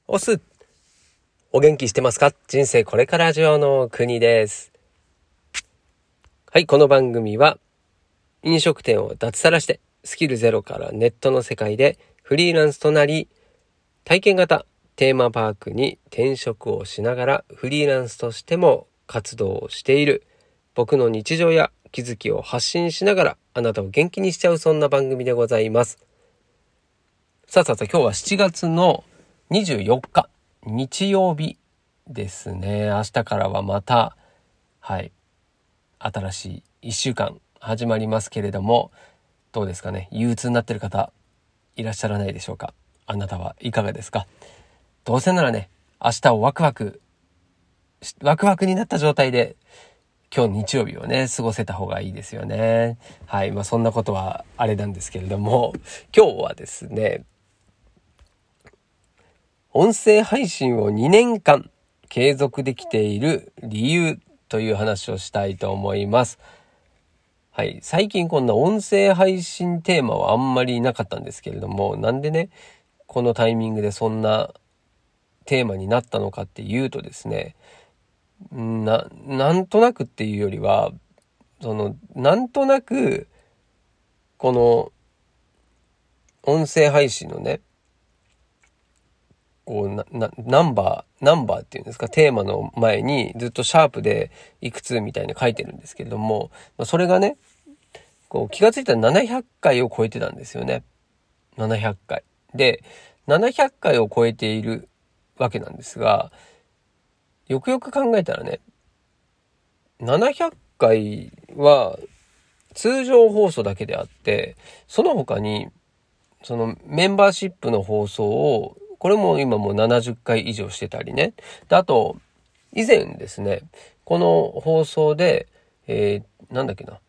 おす。お元気してますか？人生これから上の国です。はい、この番組は飲食店を脱サラしてスキルゼロからネットの世界でフリーランスとなり、体験型テーマパークに転職をしながらフリーランスとしても活動をしている僕の日常や気づきを発信しながらあなたを元気にしちゃう、そんな番組でございます。さあ今日は7月の24日日曜日ですね。明日からはまた新しい1週間始まりますけれども、どうですかね。憂鬱になってる方いらっしゃらないでしょうか。あなたはいかがですか。どうせならね、明日をワクワクになった状態で今日日曜日をね過ごせた方がいいですよね。そんなことはあれなんですけれども、今日はですね、音声配信を2年間継続できている理由という話をしたいと思います。最近こんな音声配信テーマはあんまりなかったんですけれども、なんでねこのタイミングでそんなテーマになったのかっていうとですね、なんとなくっていうよりは、なんとなくこの音声配信のね、こうナンバーっていうんですか、テーマの前にずっとシャープでいくつみたいに書いてるんですけれども、それがねこう気がついたら700回を超えてたんですよね。700回で700回を超えているわけなんですが、よくよく考えたらね、700回は通常放送だけであって、その他にそのメンバーシップの放送をこれも今もう70回以上してたりね。で、あと以前ですね、この放送でなんだっけな、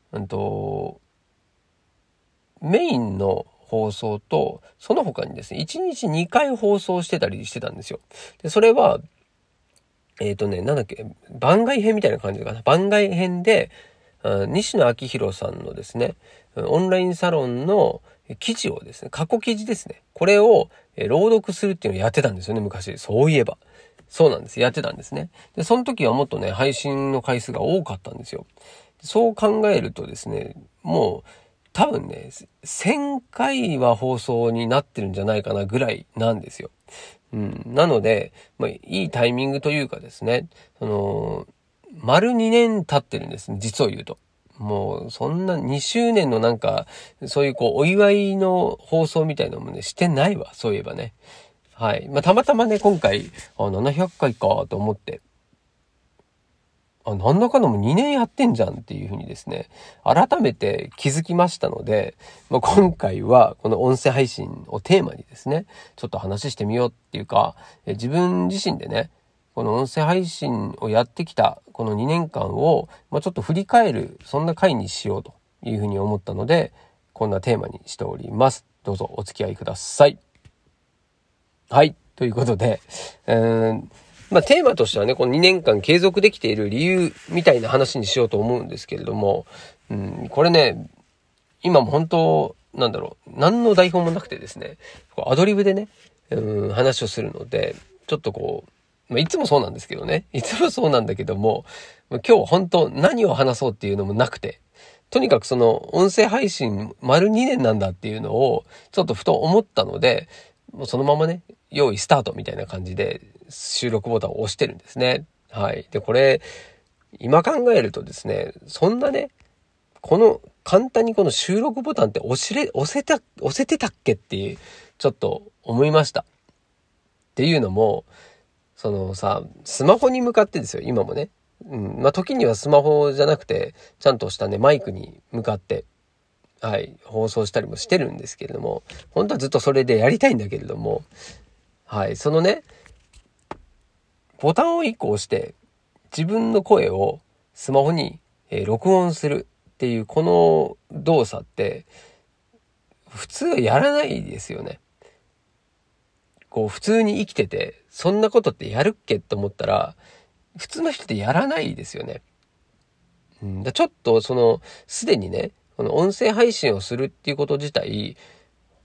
メインの放送とその他にですね1日2回放送してたりしてたんですよ。でそれはなんだっけ、番外編みたいな感じかな。番外編で西野昭弘さんのですねオンラインサロンの記事をですね、過去記事ですね、これを朗読するっていうのをやってたんですよね、昔。そういえばそうなんです、やってたんですね。でその時はもっとね配信の回数が多かったんですよ。そう考えるとですね、もう多分ね1000回は放送になってるんじゃないかなぐらいなんですよ。なので、いいタイミングというかですね、丸2年経ってるんですね、実を言うと。もうそんな2周年のなんかそういうお祝いの放送みたいなのもねしてないわ、そういえばね。たまたまね今回700回かと思って、なんだかんだもう2年やってんじゃんっていうふうにですね改めて気づきましたので、今回はこの音声配信をテーマにですねちょっと話してみようっていうか、自分自身でねこの音声配信をやってきたこの2年間を、ちょっと振り返る、そんな回にしようというふうに思ったのでこんなテーマにしております。どうぞお付き合いください。ということで、テーマとしてはね、この2年間継続できている理由みたいな話にしようと思うんですけれども、これね、今も本当、何の台本もなくてですね、アドリブでね、話をするので、ちょっといつもそうなんですけどね、いつもそうなんだけども、今日本当何を話そうっていうのもなくて、とにかくその音声配信丸2年なんだっていうのをちょっとふと思ったので、もうそのままね、用意スタートみたいな感じで収録ボタンを押してるんですね。で、これ、今考えるとですね、そんなね、簡単にこの収録ボタンって押せてたっけっていう、ちょっと思いました。っていうのも、スマホに向かってですよ、今もね。時にはスマホじゃなくて、ちゃんとしたね、マイクに向かって、放送したりもしてるんですけれども、本当はずっとそれでやりたいんだけれども、そのね、ボタンを1個押して、自分の声をスマホに、録音するっていうこの動作って、普通はやらないですよね。普通に生きてて、そんなことってやるっけと思ったら、普通の人ってやらないですよね。ちょっとすでにね、この音声配信をするっていうこと自体、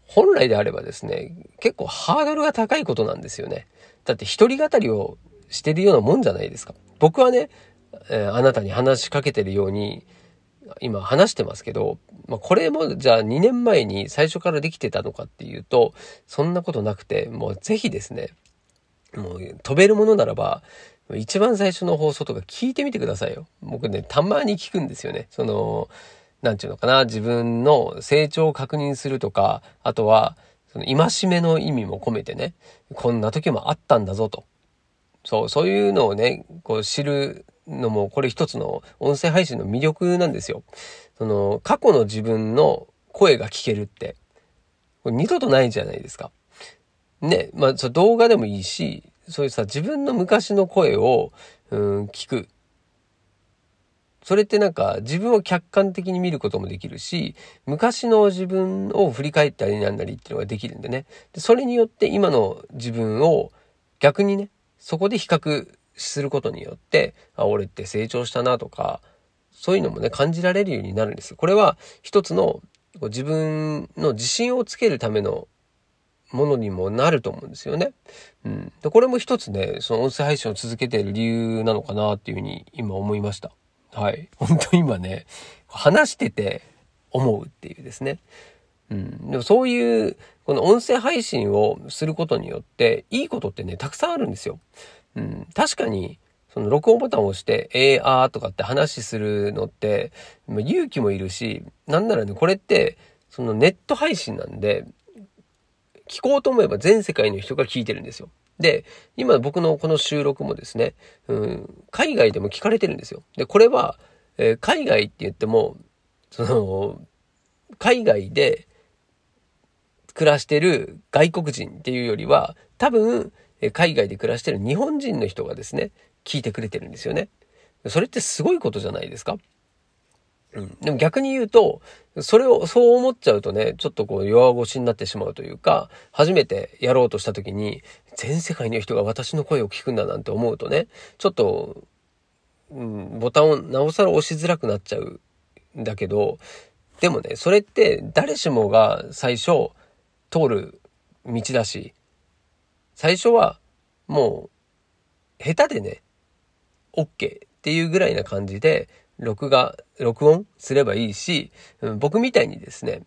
本来であればですね、結構ハードルが高いことなんですよね。だって一人語りをしてるようなもんじゃないですか。僕はね、あなたに話しかけてるように今話してますけど、これもじゃあ2年前に最初からできてたのかっていうと、そんなことなくて、もうぜひですね、もう飛べるものならば、一番最初の放送とか聞いてみてくださいよ。僕ね、たまに聞くんですよね。なんていうのかな、自分の成長を確認するとか、あとは、戒めの意味も込めてね、こんな時もあったんだぞと。そういうのをね、こう知るのも、これ一つの音声配信の魅力なんですよ。過去の自分の声が聞けるって、これ二度とないじゃないですか。ね、動画でもいいし、そういうさ、自分の昔の声を、聞く。それってなんか自分を客観的に見ることもできるし、昔の自分を振り返ったりなんだりっていうのができるんでね。でそれによって今の自分を逆にね、そこで比較することによって、俺って成長したなとか、そういうのもね、感じられるようになるんです。これは一つの自分の自信をつけるためのものにもなると思うんですよね。でこれも一つね、その音声配信を続けている理由なのかなっていうふうに今思いました。はい。本当に今ね、話してて思うっていうですね。でもそういう、この音声配信をすることによって、いいことってね、たくさんあるんですよ。確かに、その録音ボタンを押して、とかって話するのって、勇気もいるし、なんならね、これって、そのネット配信なんで、聞こうと思えば全世界の人が聞いてるんですよ。で、今僕のこの収録もですね、海外でも聞かれてるんですよ。で、これは、海外って言っても、海外で暮らしてる外国人っていうよりは、多分、海外で暮らしてる日本人の人がですね、聞いてくれてるんですよね。それってすごいことじゃないですか。でも逆に言うと、そう思っちゃうとね、ちょっとこう弱腰になってしまうというか、初めてやろうとした時に、全世界の人が私の声を聞くんだなんて思うとね、ちょっと、ボタンをなおさら押しづらくなっちゃうんだけど、でもね、それって誰しもが最初通る道だし、最初はもう下手でね、OK っていうぐらいな感じで、録音すればいいし、僕みたいにですね、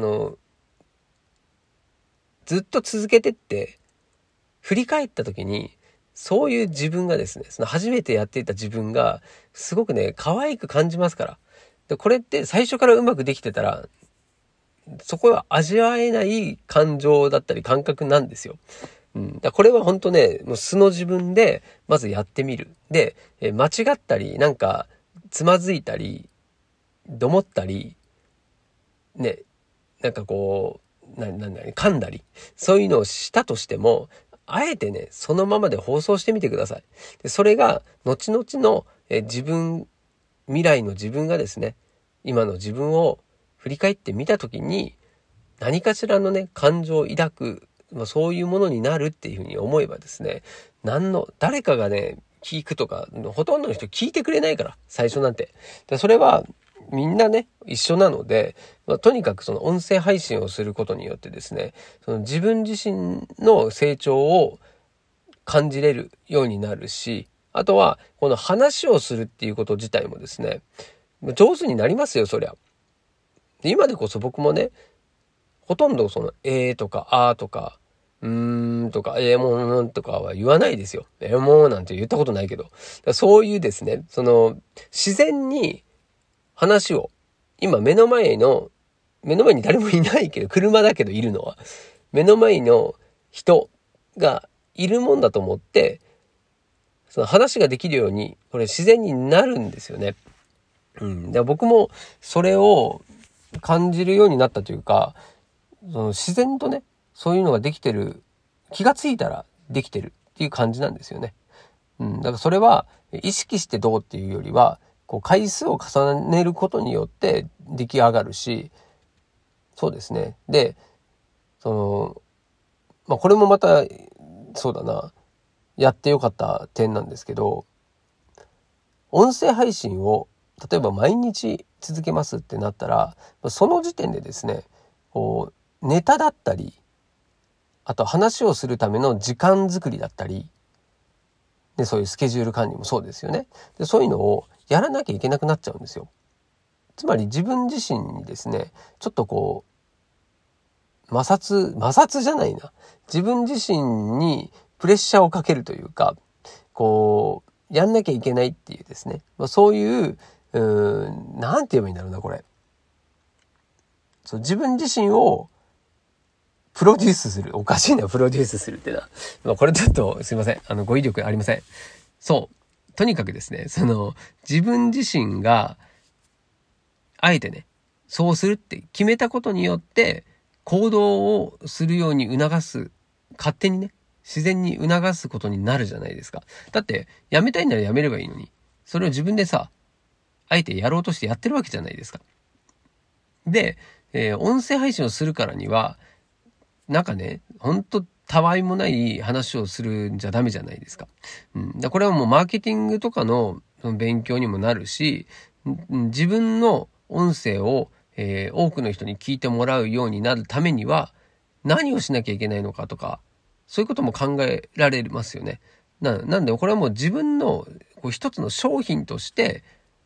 ずっと続けてって、振り返った時に、そういう自分がですね、その初めてやっていた自分が、すごくね、可愛く感じますから。で、これって最初からうまくできてたら、そこは味わえない感情だったり感覚なんですよ。これは本当ね、もう素の自分で、まずやってみる。で、間違ったり、なんか、つまずいたり、どもったり、ね、なんかこう、噛んだり、そういうのをしたとしても、あえてね、そのままで放送してみてください。でそれが、後々の、未来の自分がですね、今の自分を振り返ってみたときに、何かしらのね、感情を抱く、そういうものになるっていうふうに思えばですね、誰かがね、聞くとか、ほとんどの人聞いてくれないから、最初なんて。でそれは、みんなね、一緒なので、とにかくその音声配信をすることによってですね、その自分自身の成長を感じれるようになるし、あとは、この話をするっていうこと自体もですね、上手になりますよ、そりゃ。今でこそ僕もね、ほとんどとか、とか、とか、もんとかは言わないですよ。もうなんて言ったことないけど。そういうですね、自然に話を、今目の前に誰もいないけど、車だけどいるのは、目の前の人がいるもんだと思って、その話ができるように、これ自然になるんですよね。で僕もそれを感じるようになったというか、自然とね、そういうのができてる、気がついたらできてるっていう感じなんですよね。だからそれは意識してどうっていうよりは、こう回数を重ねることによって出来上がるし、そうですね。で、これもまた、そうだな、やってよかった点なんですけど、音声配信を例えば毎日続けますってなったら、その時点でですね、こうネタだったり、あと話をするための時間作りだったり、でそういうスケジュール管理もそうですよね。でそういうのをやらなきゃいけなくなっちゃうんですよ。つまり自分自身にですね、ちょっとこう摩擦じゃないな。自分自身にプレッシャーをかけるというか、こうやんなきゃいけないっていうですね、そういうなんて言えばいいんだろうな、これ。そう自分自身をプロデュースする。おかしいな、プロデュースするってな。これちょっとすいません。語彙力ありません。そう。とにかくですね、自分自身が、あえてね、そうするって決めたことによって、行動をするように促す。勝手にね、自然に促すことになるじゃないですか。だって、やめたいならやめればいいのに、それを自分でさ、あえてやろうとしてやってるわけじゃないですか。で、音声配信をするからには、なんかね、ほんとたわいもない話をするんじゃダメじゃないですか。これはもうマーケティングとかの勉強にもなるし、自分の音声を、多くの人に聞いてもらうようになるためには何をしなきゃいけないのかとか、そういうことも考えられますよね。なんでこれはもう自分のこう一つの商品として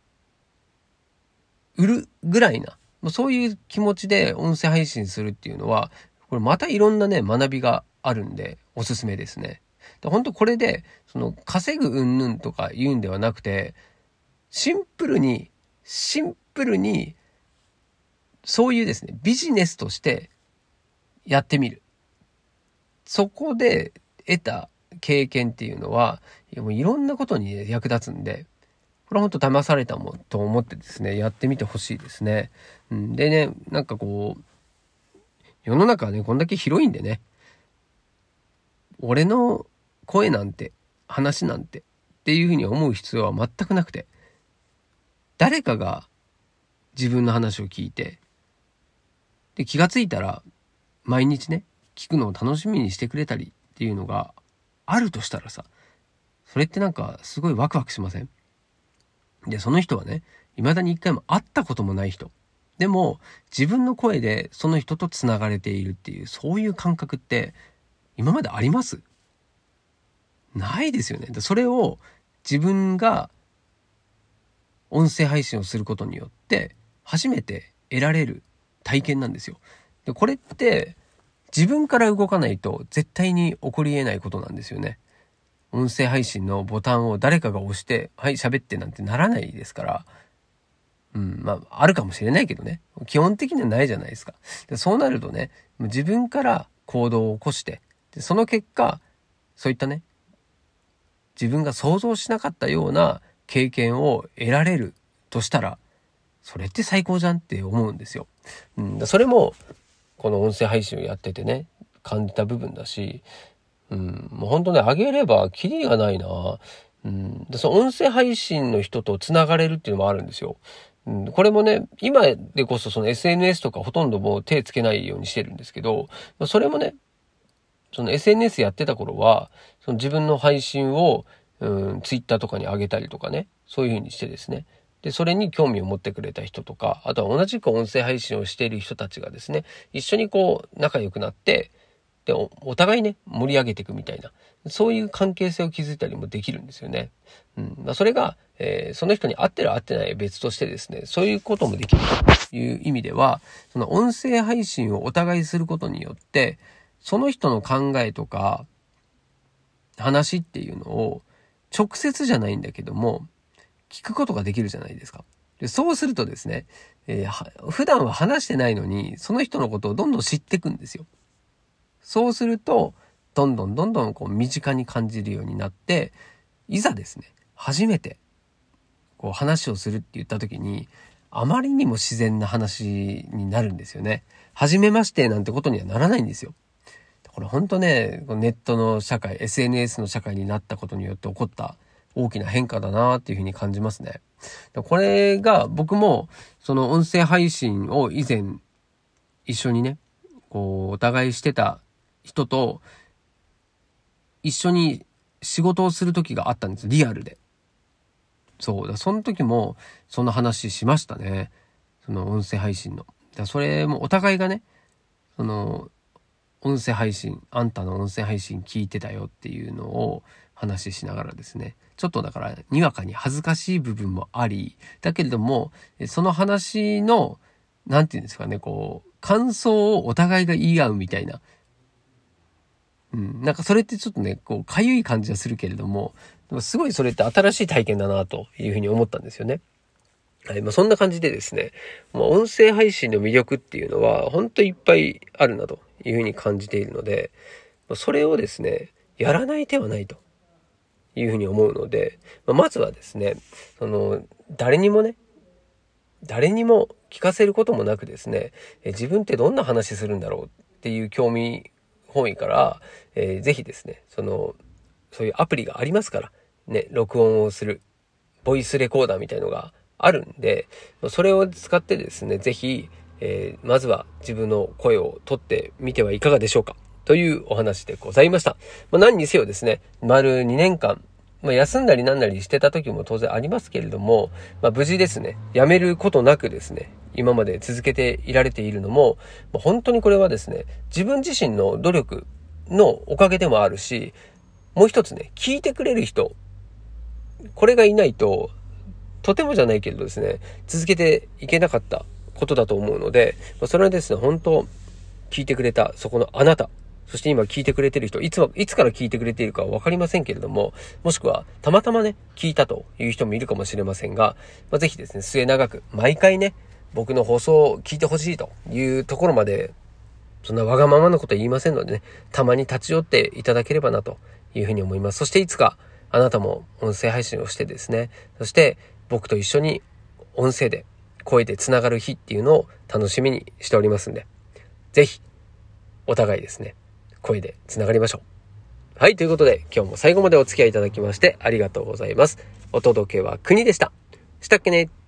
売るぐらいな、そういう気持ちで音声配信するっていうのは、これまたいろんなね、学びがあるんで、おすすめですね。本当これで、稼ぐ云々とか言うんではなくて、シンプルに、そういうですね、ビジネスとしてやってみる。そこで得た経験っていうのは、もういろんなことに役立つんで、これは本当騙されたもんと思ってですね、やってみてほしいですね。でね、なんかこう、世の中はね、こんだけ広いんでね、俺の声なんて、話なんてっていうふうに思う必要は全くなくて、誰かが自分の話を聞いて、で、気がついたら、毎日ね、聞くのを楽しみにしてくれたりっていうのがあるとしたらさ、それってなんかすごいワクワクしません？で、その人はね、未だに一回も会ったこともない人。でも、自分の声でその人と繋がれているっていう、そういう感覚って、今まであります？ないですよね。それを自分が音声配信をすることによって、初めて得られる体験なんですよ。で、これって、自分から動かないと絶対に起こり得ないことなんですよね。音声配信のボタンを誰かが押して、はい、喋ってなんてならないですから、あるかもしれないけどね。基本的にはないじゃないですか。でそうなるとね、自分から行動を起こして、でその結果、そういったね、自分が想像しなかったような経験を得られるとしたら、それって最高じゃんって思うんですよ。それも、この音声配信をやっててね、感じた部分だし、もう本当ね、あげればキリがないな。でその音声配信の人とつながれるっていうのもあるんですよ。これもね、今でこそその SNS とかほとんどもう手つけないようにしてるんですけど、それもね、その SNS やってた頃は、その自分の配信を、Twitter とかに上げたりとかね、そういう風にしてですね。で、それに興味を持ってくれた人とか、あとは同じく音声配信をしている人たちがですね、一緒にこう仲良くなって、で、お互いね、盛り上げていくみたいな、そういう関係性を築いたりもできるんですよね。それが、その人に合ってる合ってない別としてですね、そういうこともできるという意味では、その音声配信をお互いすることによって、その人の考えとか話っていうのを直接じゃないんだけども、聞くことができるじゃないですか。でそうするとですね、普段は話してないのに、その人のことをどんどん知っていくんですよ。そうすると、どんどんこう身近に感じるようになって、いざですね、初めてこう話をするって言った時に、あまりにも自然な話になるんですよね。初めましてなんてことにはならないんですよ。これ本当ね、ネットの社会、SNS の社会になったことによって起こった大きな変化だなっていうふうに感じますね。これが僕もその音声配信を以前一緒にね、こうお互いしてた人と一緒に仕事をする時があったんです。リアルで。そうだ、その時もその話しましたね。その音声配信の。それもお互いがね、 音声配信、あんたの音声配信聞いてたよっていうのを話しながらですね、ちょっとだからにわかに恥ずかしい部分もあり、だけれども、その話の、なんていうんですかね、感想をお互いが言い合うみたいな。なんかそれってちょっとね、かゆい感じはするけれども、でもすごいそれって新しい体験だなというふうに思ったんですよね。はい。そんな感じでですね、音声配信の魅力っていうのは、本当いっぱいあるなというふうに感じているので、それをですね、やらない手はないというふうに思うので、まずはですね、誰にも聞かせることもなくですね、自分ってどんな話するんだろうっていう興味本位から、ぜひですね、そういうアプリがありますから、ね、録音をする、ボイスレコーダーみたいのがあるんで、それを使ってですね、ぜひ、まずは自分の声を取ってみてはいかがでしょうかというお話でございました。何にせよですね、丸2年間、休んだりなんなりしてた時も当然ありますけれども、無事ですね、やめることなくですね、今まで続けていられているのも、本当にこれはですね、自分自身の努力のおかげでもあるし、もう一つね、聞いてくれる人、これがいないと、とてもじゃないけれどですね、続けていけなかったことだと思うので、それはですね、本当聞いてくれた、そこのあなた、そして今聞いてくれてる人、いつから聞いてくれているかはわかりませんけれども、もしくはたまたまね、聞いたという人もいるかもしれませんが、ぜひですね、末永く、毎回ね、僕の放送を聞いてほしいというところまで、そんなわがままなこと言いませんのでね、たまに立ち寄っていただければなというふうに思います。そしていつかあなたも音声配信をしてですね、そして僕と一緒に音声で声でつながる日っていうのを楽しみにしておりますんで、ぜひお互いですね、声でつながりましょう。はい、ということで今日も最後までお付き合いいただきましてありがとうございます。お届けは国でした。したっけね。